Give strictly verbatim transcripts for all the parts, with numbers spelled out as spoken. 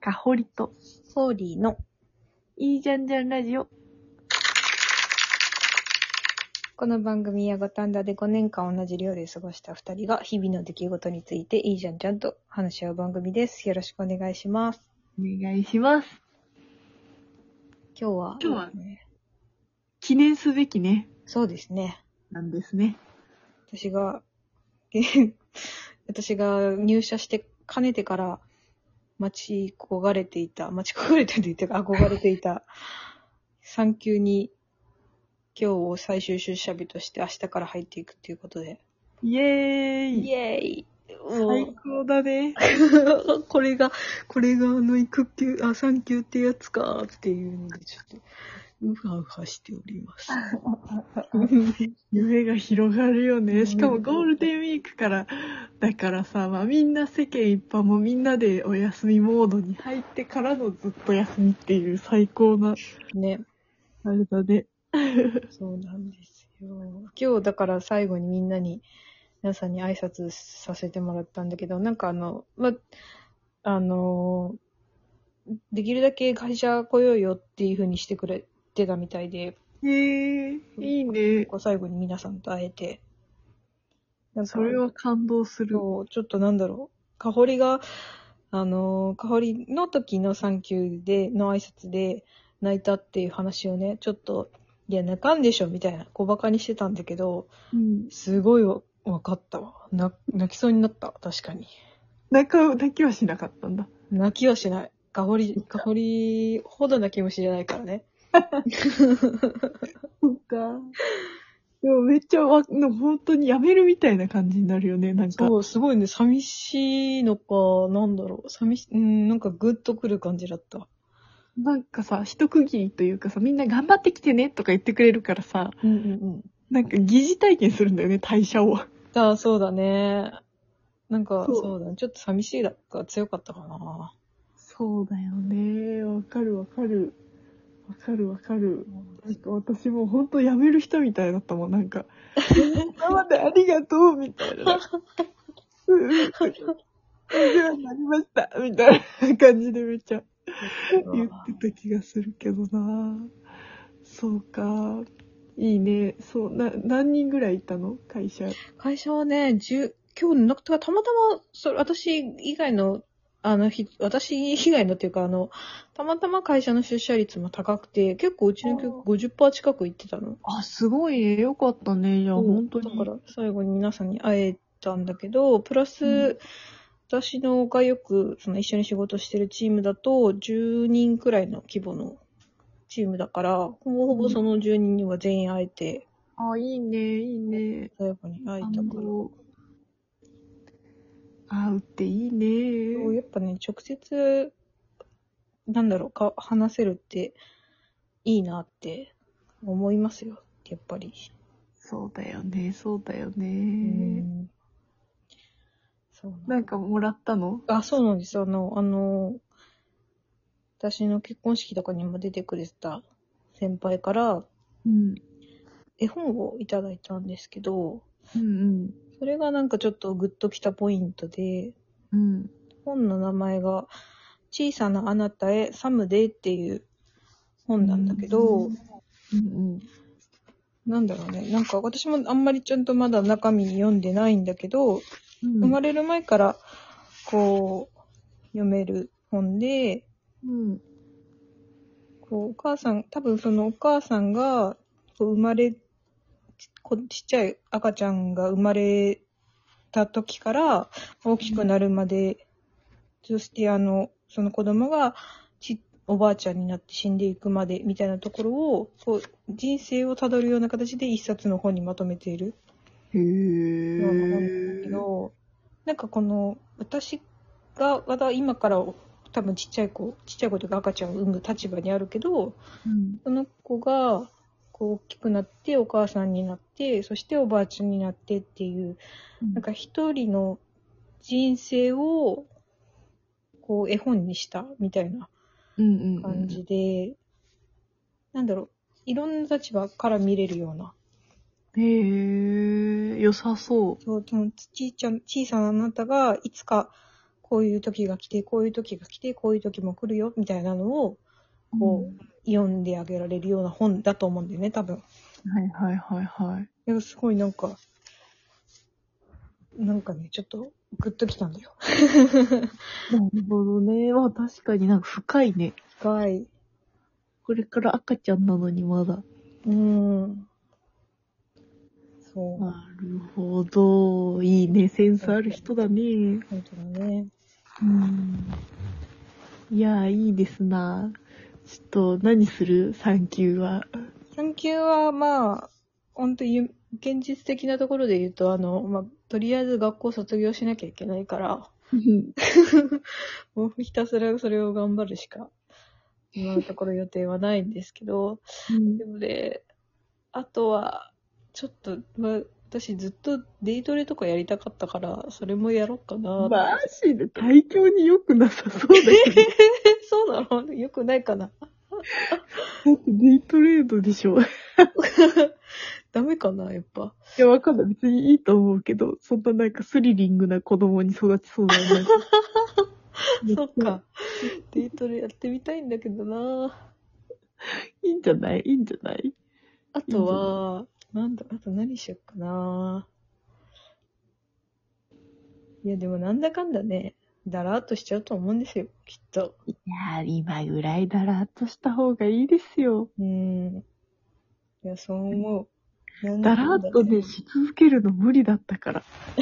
かほりと、 ホーリーのいいじゃんじゃんラジオ。 この番組は五反田でごねんかん同じ寮で過ごしたふたりが日々の出来事についていいじゃんじゃんと話し合う番組です。よろしくお願いします。 お願いします。 今日は、 今日はね、 記念すべきね、 そうですね。 なんですね。 私が、私が入社してかねてから待ち焦がれていた、待ち焦がれていたというか憧れていた産休に今日を最終出社日として明日から入っていくっていうことで。 イエーイイエーイ最高だね。 これが、これがあの育休、あ、産休ってやつかっていうので、ちょっと、うはうはしております。 夢が広がるよね。 うんしかもゴールデンウィークから、だからさ、まあみんな世間一般もみんなでお休みモードに入ってからのずっと休みっていう最高な、 ね。 あれだね。 そうなんですよ。今日だから最後にみんなに、皆さんに挨拶させてもらったんだけど、なんかあの、ま、あの、できるだけ会社来ようよっていう風にしてくれてたみたいで、 へえー、いいね。 最後に皆さんと会えて、なんかそれは感動する。 そう、ちょっとなんだろう。かほりが、あのー、かほりの時の産休で、の挨拶で泣いたっていう話をね、ちょっと、いや、泣かんでしょ、みたいな、小馬鹿にしてたんだけど、 うん。 すごいわ、わかったわ。な、泣きそうになった、確かに。 泣か、泣きはしなかったんだ。 泣きはしない。かほり、かほりほど泣き虫じゃないからね。 そっか。でもめっちゃわ、の本当にやめるみたいな感じになるよね、なんか。 そう、すごいね、寂しいのか、なんだろう。寂し、うん、なんかグッとくる感じだった。 なんかさ、一区切りというかさ、みんな頑張ってきてねとか言ってくれるからさ、 うんうんうん。 なんか疑似体験するんだよね、代謝を。 ああ、そうだね。なんか、 そうそうだね。ちょっと寂しいだが強かったかな。 そうだよね。わかるわかる。わかるわかる。なんか私も本当やめる人みたいだったもん、なんか。今までありがとうみたいな。うんうん。お世話になりました。みたいな感じでめっちゃ言ってた気がするけどな。そうか。いいね。そう、な、何人ぐらいいたの会社。 会社はね、十、今日なんかたまたま、それ、私以外の、あの、ひ、私以外のっていうか、あの、たまたま会社の出社率も高くて、結構うちの曲ごじゅっパーセント近く行ってたの。 あ、すごいね。よかったね。いや、本当に。 だから最後に皆さんに会えたんだけど、プラス、 うん私のがよく、その一緒に仕事してるチームだと、じゅうにんくらいの規模のチームだから、ほぼほぼそのじゅうにんには全員会えて、 あ、いいね、いいね。 最後に会えたから。 会うっていいそうね。 やっぱね、直接、なんだろう、か、話せるっていいなって思いますよ、やっぱり。 そうだよね、そうだようね。 ん。そうなんかもらったの？ あ、そうなんです。あの、あの、私の結婚式とかにも出てくれた先輩から、 うん。 絵本をいただいたんですけど、 うんうん。 それがなんかちょっとグッときたポイントで、 うん。 本の名前が、小さなあなたへサムデーっていう本なんだけど、 うんうん。 なんだろうね。なんか私もあんまりちゃんとまだ中身読んでないんだけど、 うん生まれる前からこう読める本で、 うん。 こうお母さん、多分そのお母さんがこう生まれ、こちっちゃい赤ちゃんが生まれた時から大きくなるまで、そしてあの、その子供がちおばあちゃんになって死んでいくまでみたいなところを、こう人生をたどるような形で一冊の本にまとめているへような本なんだけー。 ど、なんかこの、私が、まだ今から多分ちっちゃい子、ちっちゃい子とか赤ちゃんを産む立場にあるけど、 うん。 その子が、こう大きくなってお母さんになって、そしておばあちゃんになってっていう、なんか一人の人生を、こう絵本にしたみたいなうんうん感じで、なんだろう、いろんな立場から見れるような。 へー。良さそう。 そう、そのちいちゃん、小さなあなたがいつかこういう時が来て、こういう時が来て、こういう時も来るよ、みたいなのを、こう、読んであげられるような本だと思うんだよね、多分。 はいはいはいはい。 いや、すごいなんか、なんかね、ちょっと、グッときたんだよ。 なるほどね。まあ確かになんか深いね。 深い。 これから赤ちゃんなのにまだ。 うーん。そう。 なるほど。いいね。センスある人だね。 本当だね。 うん。いやー、いいですな。ちょっと、何する産休は。 産休は、まあ、本当に現実的なところで言うと、あの、まあ、とりあえず学校卒業しなきゃいけないから、もうひたすらそれを頑張るしか、今のところ予定はないんですけど、 うんでもね、あとは、ちょっと、まあ、私ずっとデイトレとかやりたかったから、それもやろうかなって。 マジで体調に良くなさそうだけど。 そうなのよくないかな。 だってデイトレードでしょ。いダメかなやっぱ。 や、わかんない。別にいいと思うけど、そんななんかスリリングな子供に育ちそうだよね。 そっか。デイトレやってみたいんだけどな。 いいんじゃないいいんじゃないあとは、なんだ、あと何しよっかな。いや、でもなんだかんだね、だらーっとしちゃうと思うんですよ、きっと。 いやー、今ぐらいだらっとした方がいいですよ。 うーん。いや、そう思う。なんだらっとね、し続けるの無理だったから。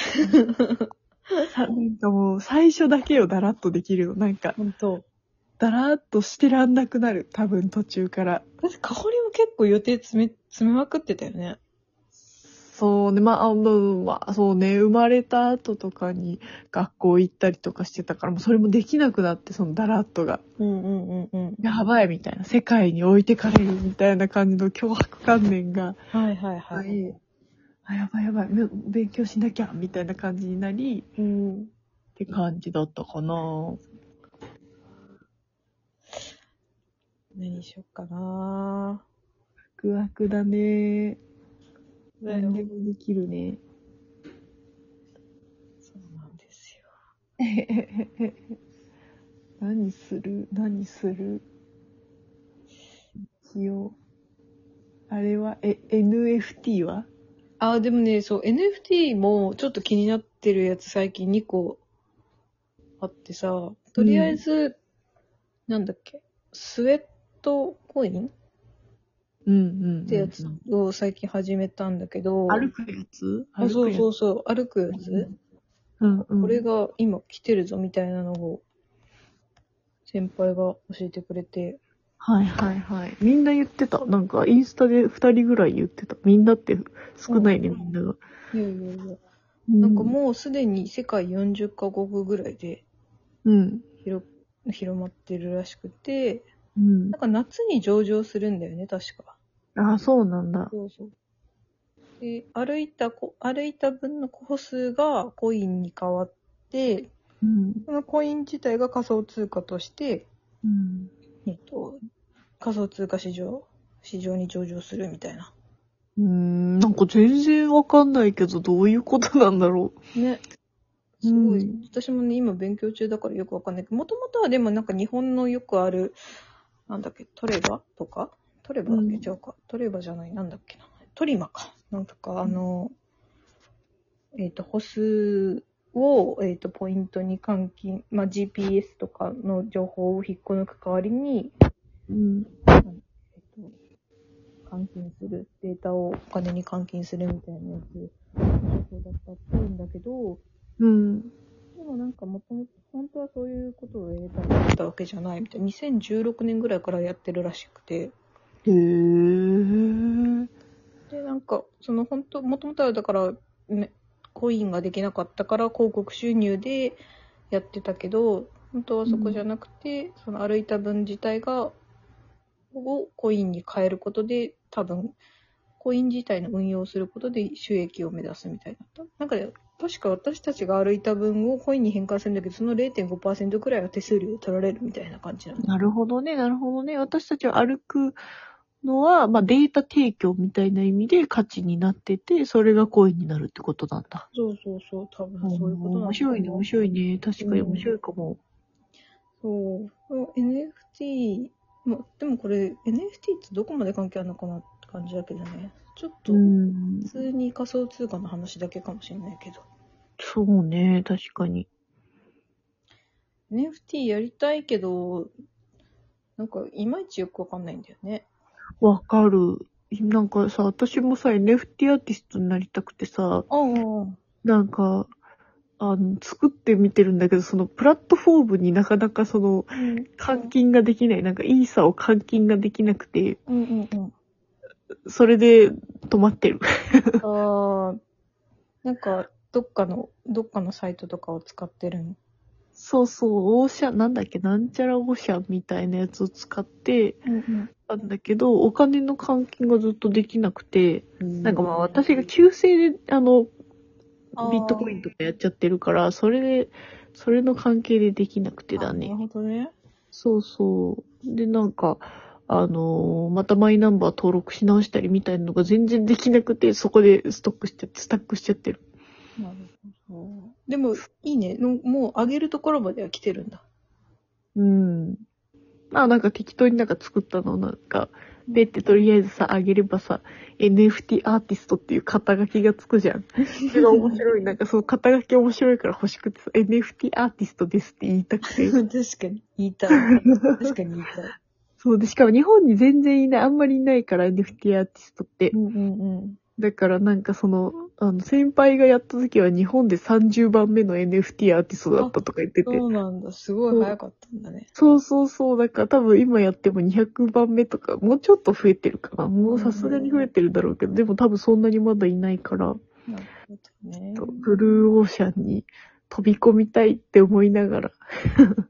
さ、なんかもう、最初だけよ、だらっとできるの。なんか、 ほんと。 だらっとしてらんなくなる。多分途中から。 だって、かほりも結構予定詰め、詰めまくってたよね。 そうね、まあ、あの、まあ、そうね、生まれた後とかに学校行ったりとかしてたから、もうそれもできなくなって、そのだらっとが。 うんうんうんうん。 やばいみたいな。世界に置いてかれるみたいな感じの脅迫観念が。 はいはいはい。 あ、やばいやばい、め勉強しなきゃ、みたいな感じになり、 うん。 って感じだったかな。 何しよっかな。 ワクワクだね。 だよ何でもできるね。 そうなんですよ。 何する何するしよう。あれは、え、エヌエフティー はあー、でもね、そう、エヌエフティー もちょっと気になってるやつ最近にこあってさ、とりあえず、なんだっけ、スウェットコインっうんうんうん。 てやつを最近始めたんだけど、 歩くやつあ、そう歩くやつ。 そうそう、歩くやつ、 うんうん。 これが今来てるぞみたいなのを先輩が教えてくれて、 はいはいはい。みんな言ってた。なんか、インスタで二人ぐらい言ってた。みんなって少ないね、 うんみんなが。 いやいやいや、 うなんかもうすでに世界よんじゅっカ国ぐらいでうん。 広広まってるらしくて、 うんなんか夏に上場するんだよね、確か。 あ、そうなんだ。 そうそう。で、歩いたこ、歩いた分の歩数がコインに変わって、 うん。 そのコイン自体が仮想通貨として、 うん。 えっと、仮想通貨市場、市場に上場するみたいな。 うーん、なんか全然わかんないけど、どういうことなんだろね。 う。 すごい。 うん私もね、今勉強中だからよくわかんないけど、もともとはでもなんか日本のよくある、なんだっけ、トレバとかトレバだっけ、 うん違うか。トレバじゃない、なんだっけな。トリマか。なんとか、あの、えっ、と、歩数を、えっ、と、ポイントに換金、まあ、ジーピーエス とかの情報を引っこ抜く代わりに、 うん。 えっ、と、換金する、データをお金に換金するみたいなやつ、そうだったっぽいんだけど、 うん。 でもなんかもともと、本当はそういうことをやりたかったわけじゃないみたいな。にせんじゅうろくねんぐらいからやってるらしくて。 へー。 で、なんか、その本当、もともとはだから、ね、コインができなかったから広告収入でやってたけど、本当はそこじゃなくて、うん、その歩いた分自体が、をコインに変えることで、多分、コイン自体の運用をすることで収益を目指すみたいだった。なんか、ね、確か私たちが歩いた分をコインに変換するんだけど、その れいてんごパーセント くらいは手数料で取られるみたいな感じなんだ。 なるほどね、なるほどね。私たちは歩くのは、まあデータ提供みたいな意味で価値になってて、それがコインになるってことなんだ。 そうそうそう、多分そういうことなんだ面白いね、面白いね。確かに面白いかも。 そう。エヌエフティー、まあ、でもこれ エヌエフティー ってどこまで関係あるのかなって感じだけどね。ちょっと、 うん普。通に仮想通貨の話だけかもしれないけど。 そうね、確かに。 エヌエフティー やりたいけど、なんかいまいちよくわかんないんだよね。 わかる。なんかさ、私もさ、エヌエフティー アーティストになりたくてさ、 ああ。 なんか、あの、作ってみてるんだけど、そのプラットフォームになかなかその、 うん。 換金ができない、なんかイーサを換金ができなくて、 うんうんうん。 それで止まってる。 ああ、なんか、どっかの、どっかのサイトとかを使ってるの。 そうそう、オーシャン、なんだっけ、なんちゃらオーシャンみたいなやつを使ってうんたんだけど、お金の換金がずっとできなくて、 うん。 なんかまあ私が旧姓で、あの、 あービットコインとかやっちゃってるから、それで、それの関係でできなくてだなるね。 ほどね。 そうそう。で、なんか、あのーまたマイナンバー登録し直したりみたいなのが全然できなくて、そこでストックしちゃって、スタックしちゃってる。 なるほど。でも、いいね。のもう上げるところまでは来てるんだ。 うん。まあなんか適当になんか作ったのをなんか、ペってとりあえずさ、上げればさ、エヌエフティー アーティストっていう肩書きがつくじゃん。それが面白い。なんかその肩書き面白いから欲しくてさ、エヌエフティー アーティストですって言いたくて。 確かに言いたい。確かに言いたい。 そうで、しかも日本に全然いない、あんまりいないから エヌエフティー アーティストって。 うんうんうん。 だからなんかその、あの、先輩がやった時は日本でさんじゅうばんめの エヌエフティー アーティストだったとか言ってて。 そうなんだ。すごい早かったんだね。 そうそうそう。だから多分今やってもにひゃくばんめとか、もうちょっと増えてるかな。もうさすがに増えてるだろうけど、でも多分そんなにまだいないから、 なるほどね。 ブルーオーシャンに飛び込みたいって思いながら